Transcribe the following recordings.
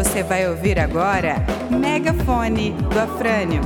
Você vai ouvir agora Megafone do Afrânio.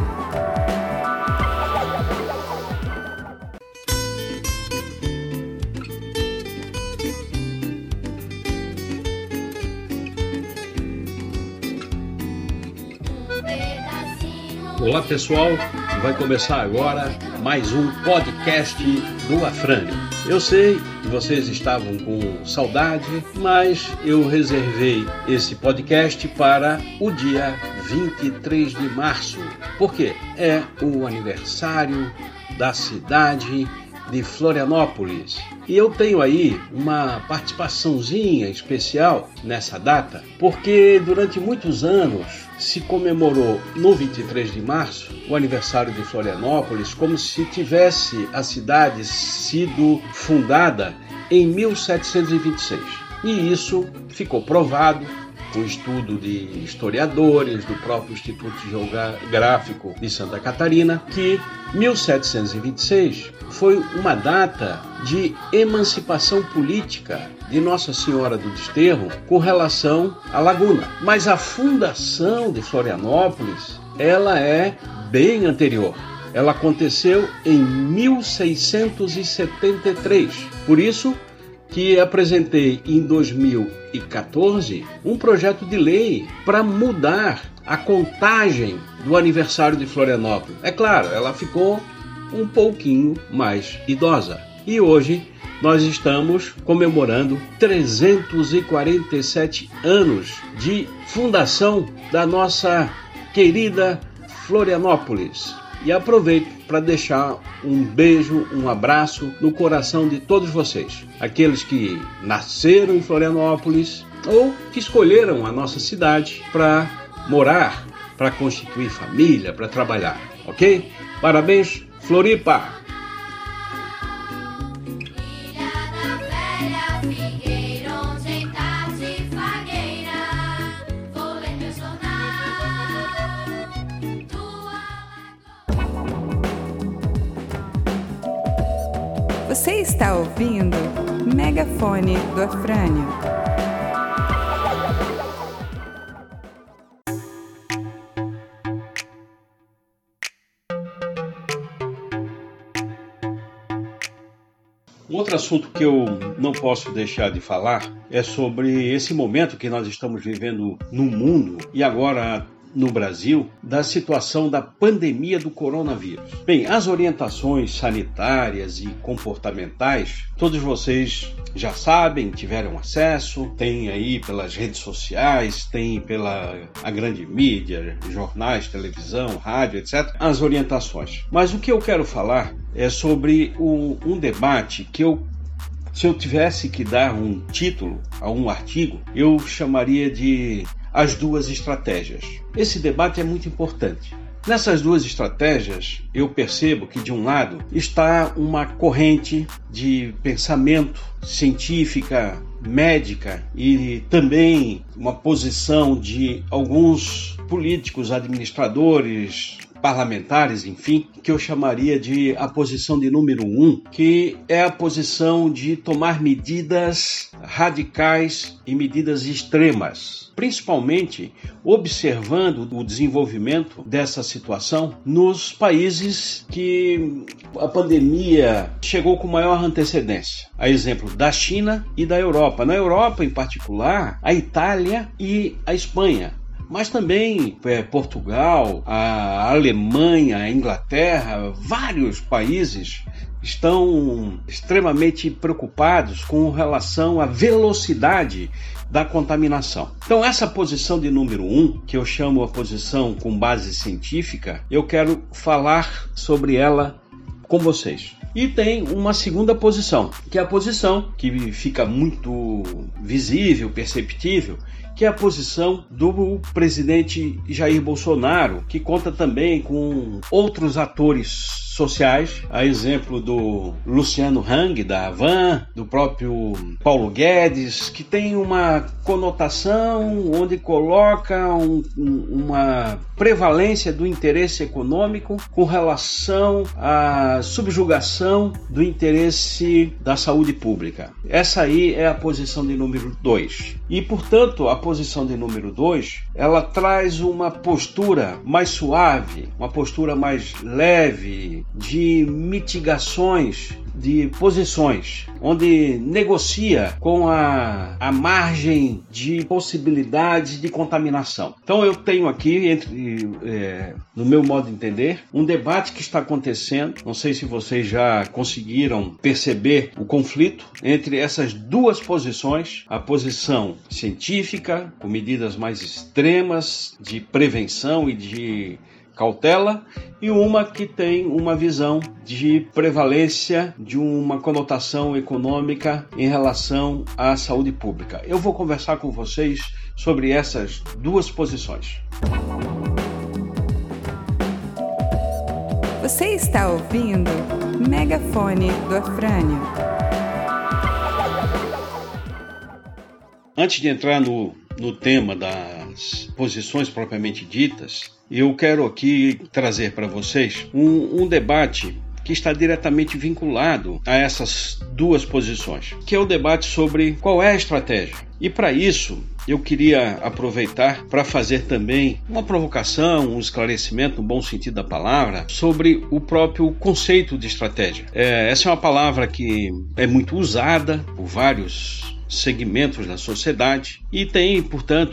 Olá pessoal, vai começar agora mais um podcast do Afrânio. Eu sei que vocês estavam com saudade, mas eu reservei esse podcast para o dia 23 de março. Por quê? É o aniversário da cidade de Florianópolis. E eu tenho aí uma participaçãozinha especial nessa data, porque durante muitos anos se comemorou no 23 de março o aniversário de Florianópolis como se tivesse a cidade sido fundada em 1726. E isso ficou provado com estudo de historiadores do próprio Instituto Geográfico de Santa Catarina, que 1726 foi uma data de emancipação política de Nossa Senhora do Desterro com relação à Laguna. Mas a fundação de Florianópolis, ela é bem anterior. Ela aconteceu em 1673. Por isso que apresentei em 2014 um projeto de lei para mudar a contagem do aniversário de Florianópolis. É claro, ela ficou um pouquinho mais idosa. E hoje nós estamos comemorando 347 anos de fundação da nossa querida Florianópolis. E aproveito para deixar um beijo, um abraço no coração de todos vocês. Aqueles que nasceram em Florianópolis ou que escolheram a nossa cidade para morar, para constituir família, para trabalhar, ok? Parabéns, Floripa! Você está ouvindo Megafone do Afrânio. Um outro assunto que eu não posso deixar de falar é sobre esse momento que nós estamos vivendo no mundo e agora no Brasil, da situação da pandemia do coronavírus. Bem, as orientações sanitárias e comportamentais, todos vocês já sabem, tiveram acesso, tem aí pelas redes sociais, tem pela a grande mídia, jornais, televisão, rádio, etc., as orientações. Mas o que eu quero falar é sobre um debate que se eu tivesse que dar um título a um artigo, eu chamaria de As Duas Estratégias. Esse debate é muito importante. Nessas duas estratégias, eu percebo que, de um lado, está uma corrente de pensamento científica, médica e também uma posição de alguns políticos, administradores, parlamentares, enfim, que eu chamaria de a posição de número 1, que é a posição de tomar medidas radicais e medidas extremas, principalmente observando o desenvolvimento dessa situação nos países que a pandemia chegou com maior antecedência. A exemplo da China e da Europa. Na Europa, em particular, a Itália e a Espanha. Mas também Portugal, a Alemanha, a Inglaterra, vários países estão extremamente preocupados com relação à velocidade da contaminação. Então, essa posição de número 1, que eu chamo a posição com base científica, eu quero falar sobre ela com vocês. E tem uma segunda posição, que é a posição que fica muito visível, perceptível, que é a posição do presidente Jair Bolsonaro, que conta também com outros atores sociais, a exemplo do Luciano Hang, da Havan, do próprio Paulo Guedes, que tem uma conotação onde coloca uma prevalência do interesse econômico com relação à subjugação do interesse da saúde pública. Essa aí é a posição de número 2. E, portanto, a posição de número 2, ela traz uma postura mais suave, uma postura mais leve, de mitigações de posições, onde negocia com a margem de possibilidades de contaminação. Então eu tenho aqui, no meu modo de entender, um debate que está acontecendo. Não sei se vocês já conseguiram perceber o conflito entre essas duas posições, a posição científica, com medidas mais extremas de prevenção e de cautela, e uma que tem uma visão de prevalência de uma conotação econômica em relação à saúde pública. Eu vou conversar com vocês sobre essas duas posições. Você está ouvindo Megafone do Afrânio. Antes de entrar no tema das posições propriamente ditas, eu quero aqui trazer para vocês um debate que está diretamente vinculado a essas duas posições, que é o debate sobre qual é a estratégia. E para isso, eu queria aproveitar para fazer também uma provocação, um esclarecimento, no bom sentido da palavra, sobre o próprio conceito de estratégia. Essa é uma palavra que é muito usada por vários segmentos da sociedade e tem, portanto,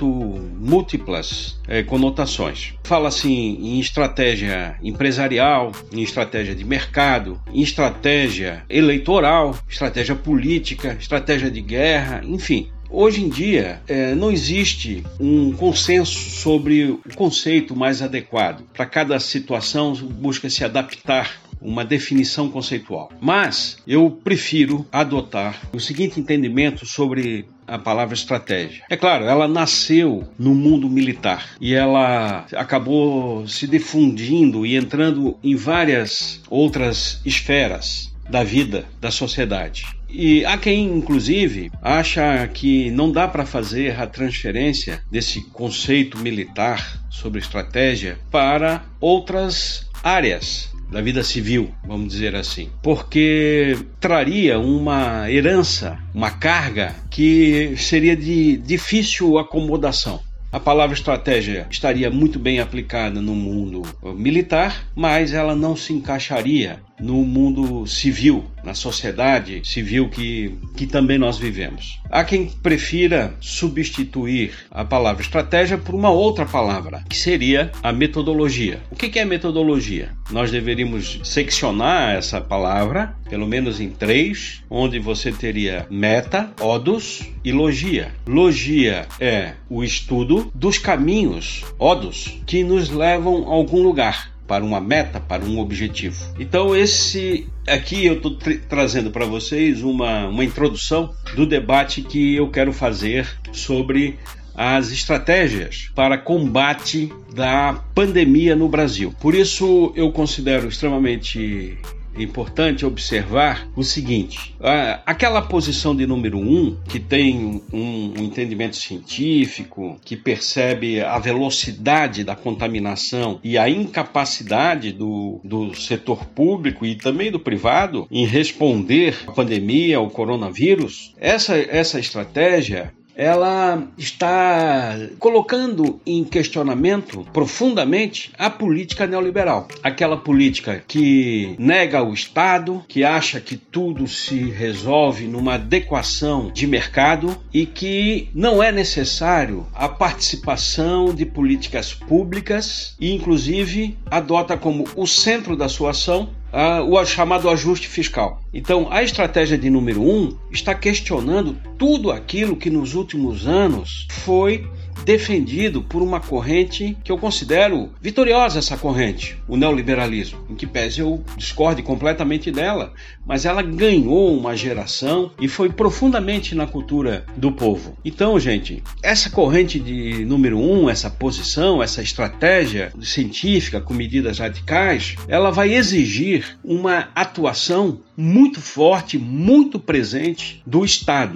múltiplas conotações. Fala-se em estratégia empresarial, em estratégia de mercado, em estratégia eleitoral, estratégia política, estratégia de guerra, enfim. Hoje em dia, não existe um consenso sobre o conceito mais adequado. Para cada situação, busca se adaptar uma definição conceitual. Mas eu prefiro adotar o seguinte entendimento sobre a palavra estratégia. É claro, ela nasceu no mundo militar e ela acabou se difundindo e entrando em várias outras esferas da vida, da sociedade. E há quem, inclusive, acha que não dá para fazer a transferência desse conceito militar sobre estratégia para outras áreas da vida civil, vamos dizer assim, porque traria uma herança, uma carga que seria de difícil acomodação. A palavra estratégia estaria muito bem aplicada no mundo militar, mas ela não se encaixaria no mundo civil, na sociedade civil que também nós vivemos. Há quem prefira substituir a palavra estratégia por uma outra palavra, que seria a metodologia. O que é metodologia? Nós deveríamos seccionar essa palavra, pelo menos em 3, onde você teria meta, odos e logia. Logia é o estudo dos caminhos, odos, que nos levam a algum lugar, para uma meta, para um objetivo. Então aqui eu estou trazendo para vocês uma introdução do debate que eu quero fazer sobre as estratégias para combate da pandemia no Brasil. Por isso eu considero extremamente importante observar o seguinte: aquela posição de número 1, que tem um entendimento científico, que percebe a velocidade da contaminação e a incapacidade do setor público e também do privado em responder à pandemia, ao coronavírus, essa estratégia ela está colocando em questionamento profundamente a política neoliberal. Aquela política que nega o Estado, que acha que tudo se resolve numa adequação de mercado e que não é necessário a participação de políticas públicas e, inclusive, adota como o centro da sua ação o chamado ajuste fiscal. Então, a estratégia de número 1 está questionando tudo aquilo que nos últimos anos foi defendido por uma corrente que eu considero vitoriosa, essa corrente, o neoliberalismo, em que pese eu discorde completamente dela, mas ela ganhou uma geração e foi profundamente na cultura do povo. Então, gente, essa corrente de número 1, essa posição, essa estratégia científica com medidas radicais, ela vai exigir uma atuação muito forte, muito presente do Estado.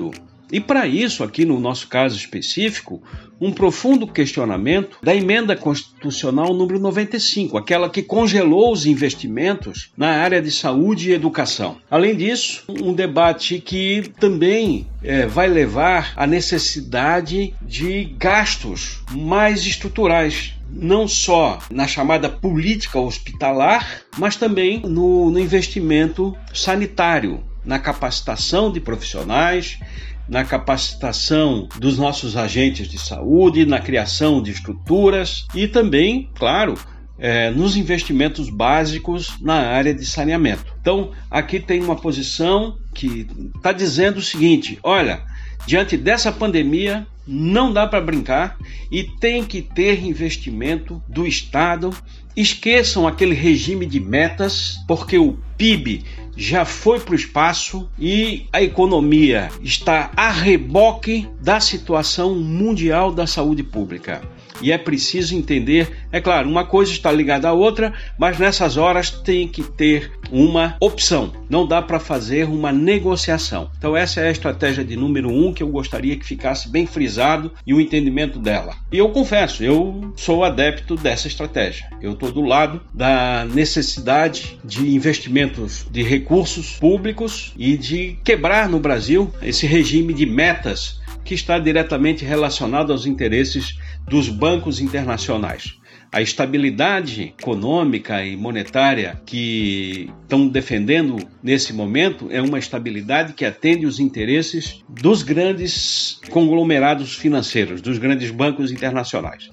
E para isso, aqui no nosso caso específico, um profundo questionamento da emenda constitucional número 95, aquela que congelou os investimentos na área de saúde e educação. Além disso, um debate que também vai levar à necessidade de gastos mais estruturais, não só na chamada política hospitalar, mas também no investimento sanitário, na capacitação de profissionais, na capacitação dos nossos agentes de saúde, na criação de estruturas e também, claro, nos investimentos básicos na área de saneamento. Então, aqui tem uma posição que está dizendo o seguinte: olha, diante dessa pandemia, não dá para brincar e tem que ter investimento do Estado. Esqueçam aquele regime de metas, porque o PIB já foi para o espaço e a economia está a reboque da situação mundial da saúde pública. E é preciso entender, é claro, uma coisa está ligada à outra, mas nessas horas tem que ter uma opção. Não dá para fazer uma negociação. Então essa é a estratégia de número 1 que eu gostaria que ficasse bem frisado e o entendimento dela. E eu confesso, eu sou adepto dessa estratégia. Eu estou do lado da necessidade de investimentos de recursos públicos e de quebrar no Brasil esse regime de metas que está diretamente relacionado aos interesses dos bancos internacionais. A estabilidade econômica e monetária que estão defendendo nesse momento é uma estabilidade que atende os interesses dos grandes conglomerados financeiros, dos grandes bancos internacionais.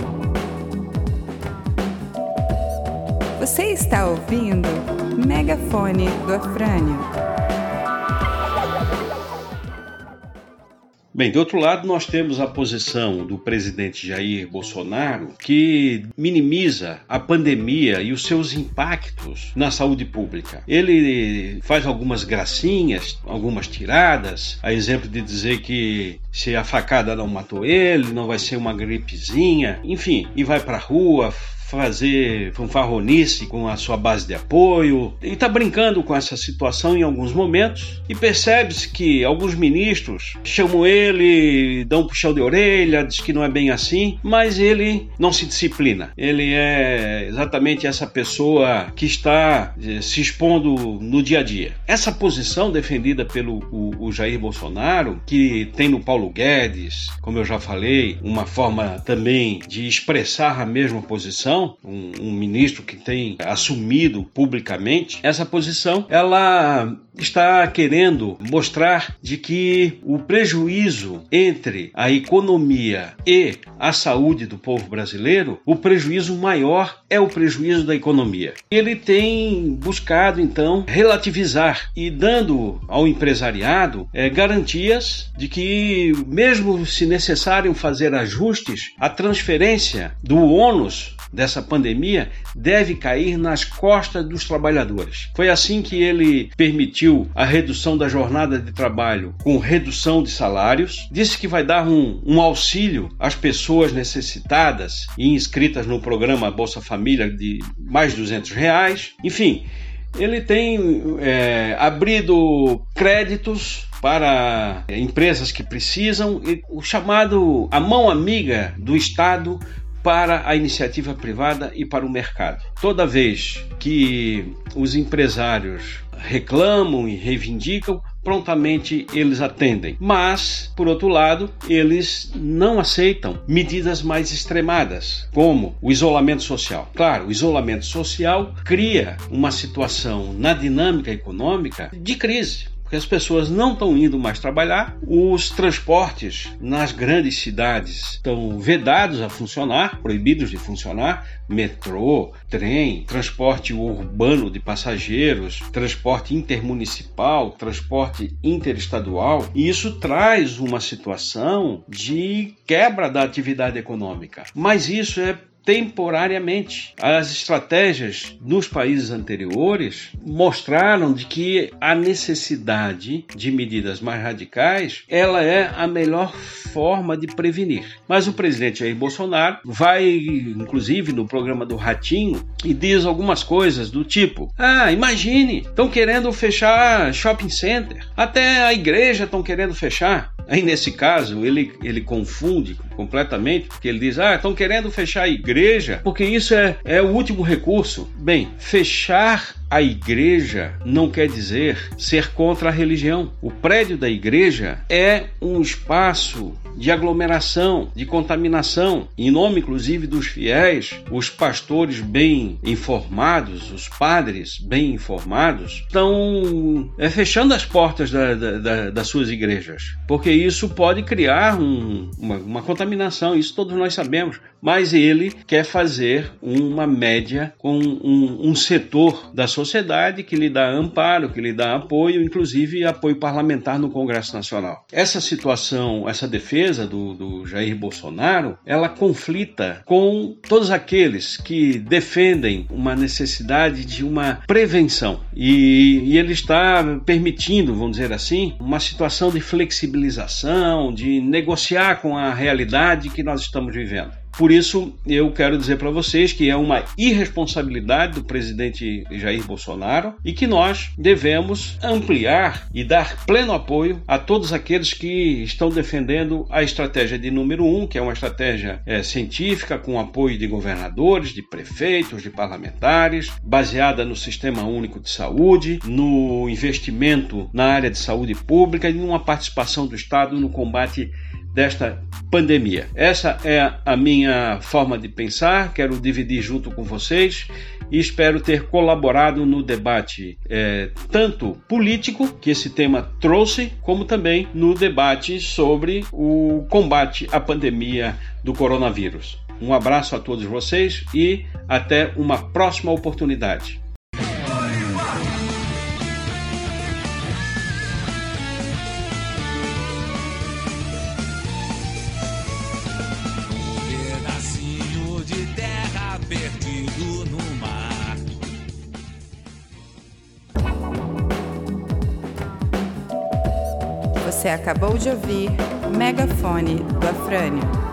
Você está ouvindo Megafone do Afrânio. Bem, do outro lado nós temos a posição do presidente Jair Bolsonaro, que minimiza a pandemia e os seus impactos na saúde pública. Ele faz algumas gracinhas, algumas tiradas, a exemplo de dizer que se a facada não matou ele, não vai ser uma gripezinha, enfim, e vai pra rua fazer fanfarronice com a sua base de apoio e está brincando com essa situação em alguns momentos e percebe-se que alguns ministros chamam ele, dão um puxão de orelha, diz que não é bem assim, mas ele não se disciplina. Ele é exatamente essa pessoa que está se expondo no dia a dia. Essa posição defendida pelo o Jair Bolsonaro, que tem no Paulo Guedes, como eu já falei, uma forma também de expressar a mesma posição, um ministro que tem assumido publicamente essa posição, ela está querendo mostrar de que o prejuízo entre a economia e a saúde do povo brasileiro, o prejuízo maior é o prejuízo da economia. Ele tem buscado, então, relativizar e dando ao empresariado garantias de que, mesmo se necessário fazer ajustes, a transferência do ônus dessa pandemia deve cair nas costas dos trabalhadores. Foi assim que ele permitiu a redução da jornada de trabalho com redução de salários, disse que vai dar um auxílio às pessoas necessitadas e inscritas no programa Bolsa Família de mais de R$200. Enfim, ele tem abrido créditos para empresas que precisam e o chamado a mão amiga do Estado para a iniciativa privada e para o mercado. Toda vez que os empresários reclamam e reivindicam, prontamente eles atendem. Mas, por outro lado, eles não aceitam medidas mais extremadas, como o isolamento social. Claro, o isolamento social cria uma situação na dinâmica econômica de crise, porque as pessoas não estão indo mais trabalhar, os transportes nas grandes cidades estão vedados a funcionar, proibidos de funcionar, metrô, trem, transporte urbano de passageiros, transporte intermunicipal, transporte interestadual, e isso traz uma situação de quebra da atividade econômica. Mas isso é temporariamente. As estratégias nos países anteriores mostraram de que a necessidade de medidas mais radicais, ela é a melhor forma de prevenir. Mas o presidente Jair Bolsonaro vai, inclusive, no programa do Ratinho e diz algumas coisas do tipo: imagine, estão querendo fechar shopping center, até a igreja estão querendo fechar. Aí, nesse caso, ele confunde completamente, porque ele diz, estão querendo fechar a igreja, porque isso é o último recurso. Bem, fechar a igreja não quer dizer ser contra a religião. O prédio da igreja é um espaço de aglomeração, de contaminação, em nome inclusive dos fiéis. Os pastores bem informados, os padres bem informados, estão fechando as portas das suas igrejas, porque isso pode criar uma contaminação, isso todos nós sabemos, mas ele quer fazer uma média com um setor da sociedade que lhe dá amparo, que lhe dá apoio, inclusive apoio parlamentar no Congresso Nacional. Essa situação, essa defesa do Jair Bolsonaro, ela conflita com todos aqueles que defendem uma necessidade de uma prevenção. E ele está permitindo, vamos dizer assim, uma situação de flexibilização, de negociar com a realidade que nós estamos vivendo. Por isso, eu quero dizer para vocês que é uma irresponsabilidade do presidente Jair Bolsonaro e que nós devemos ampliar e dar pleno apoio a todos aqueles que estão defendendo a estratégia de número 1, que é uma estratégia científica, com apoio de governadores, de prefeitos, de parlamentares, baseada no Sistema Único de Saúde, no investimento na área de saúde pública e numa participação do Estado no combate desta pandemia. Essa é a minha forma de pensar, quero dividir junto com vocês e espero ter colaborado no debate tanto político que esse tema trouxe, como também no debate sobre o combate à pandemia do coronavírus. Um abraço a todos vocês e até uma próxima oportunidade. Perdido no mar. Você acabou de ouvir Megafone do Afrânio.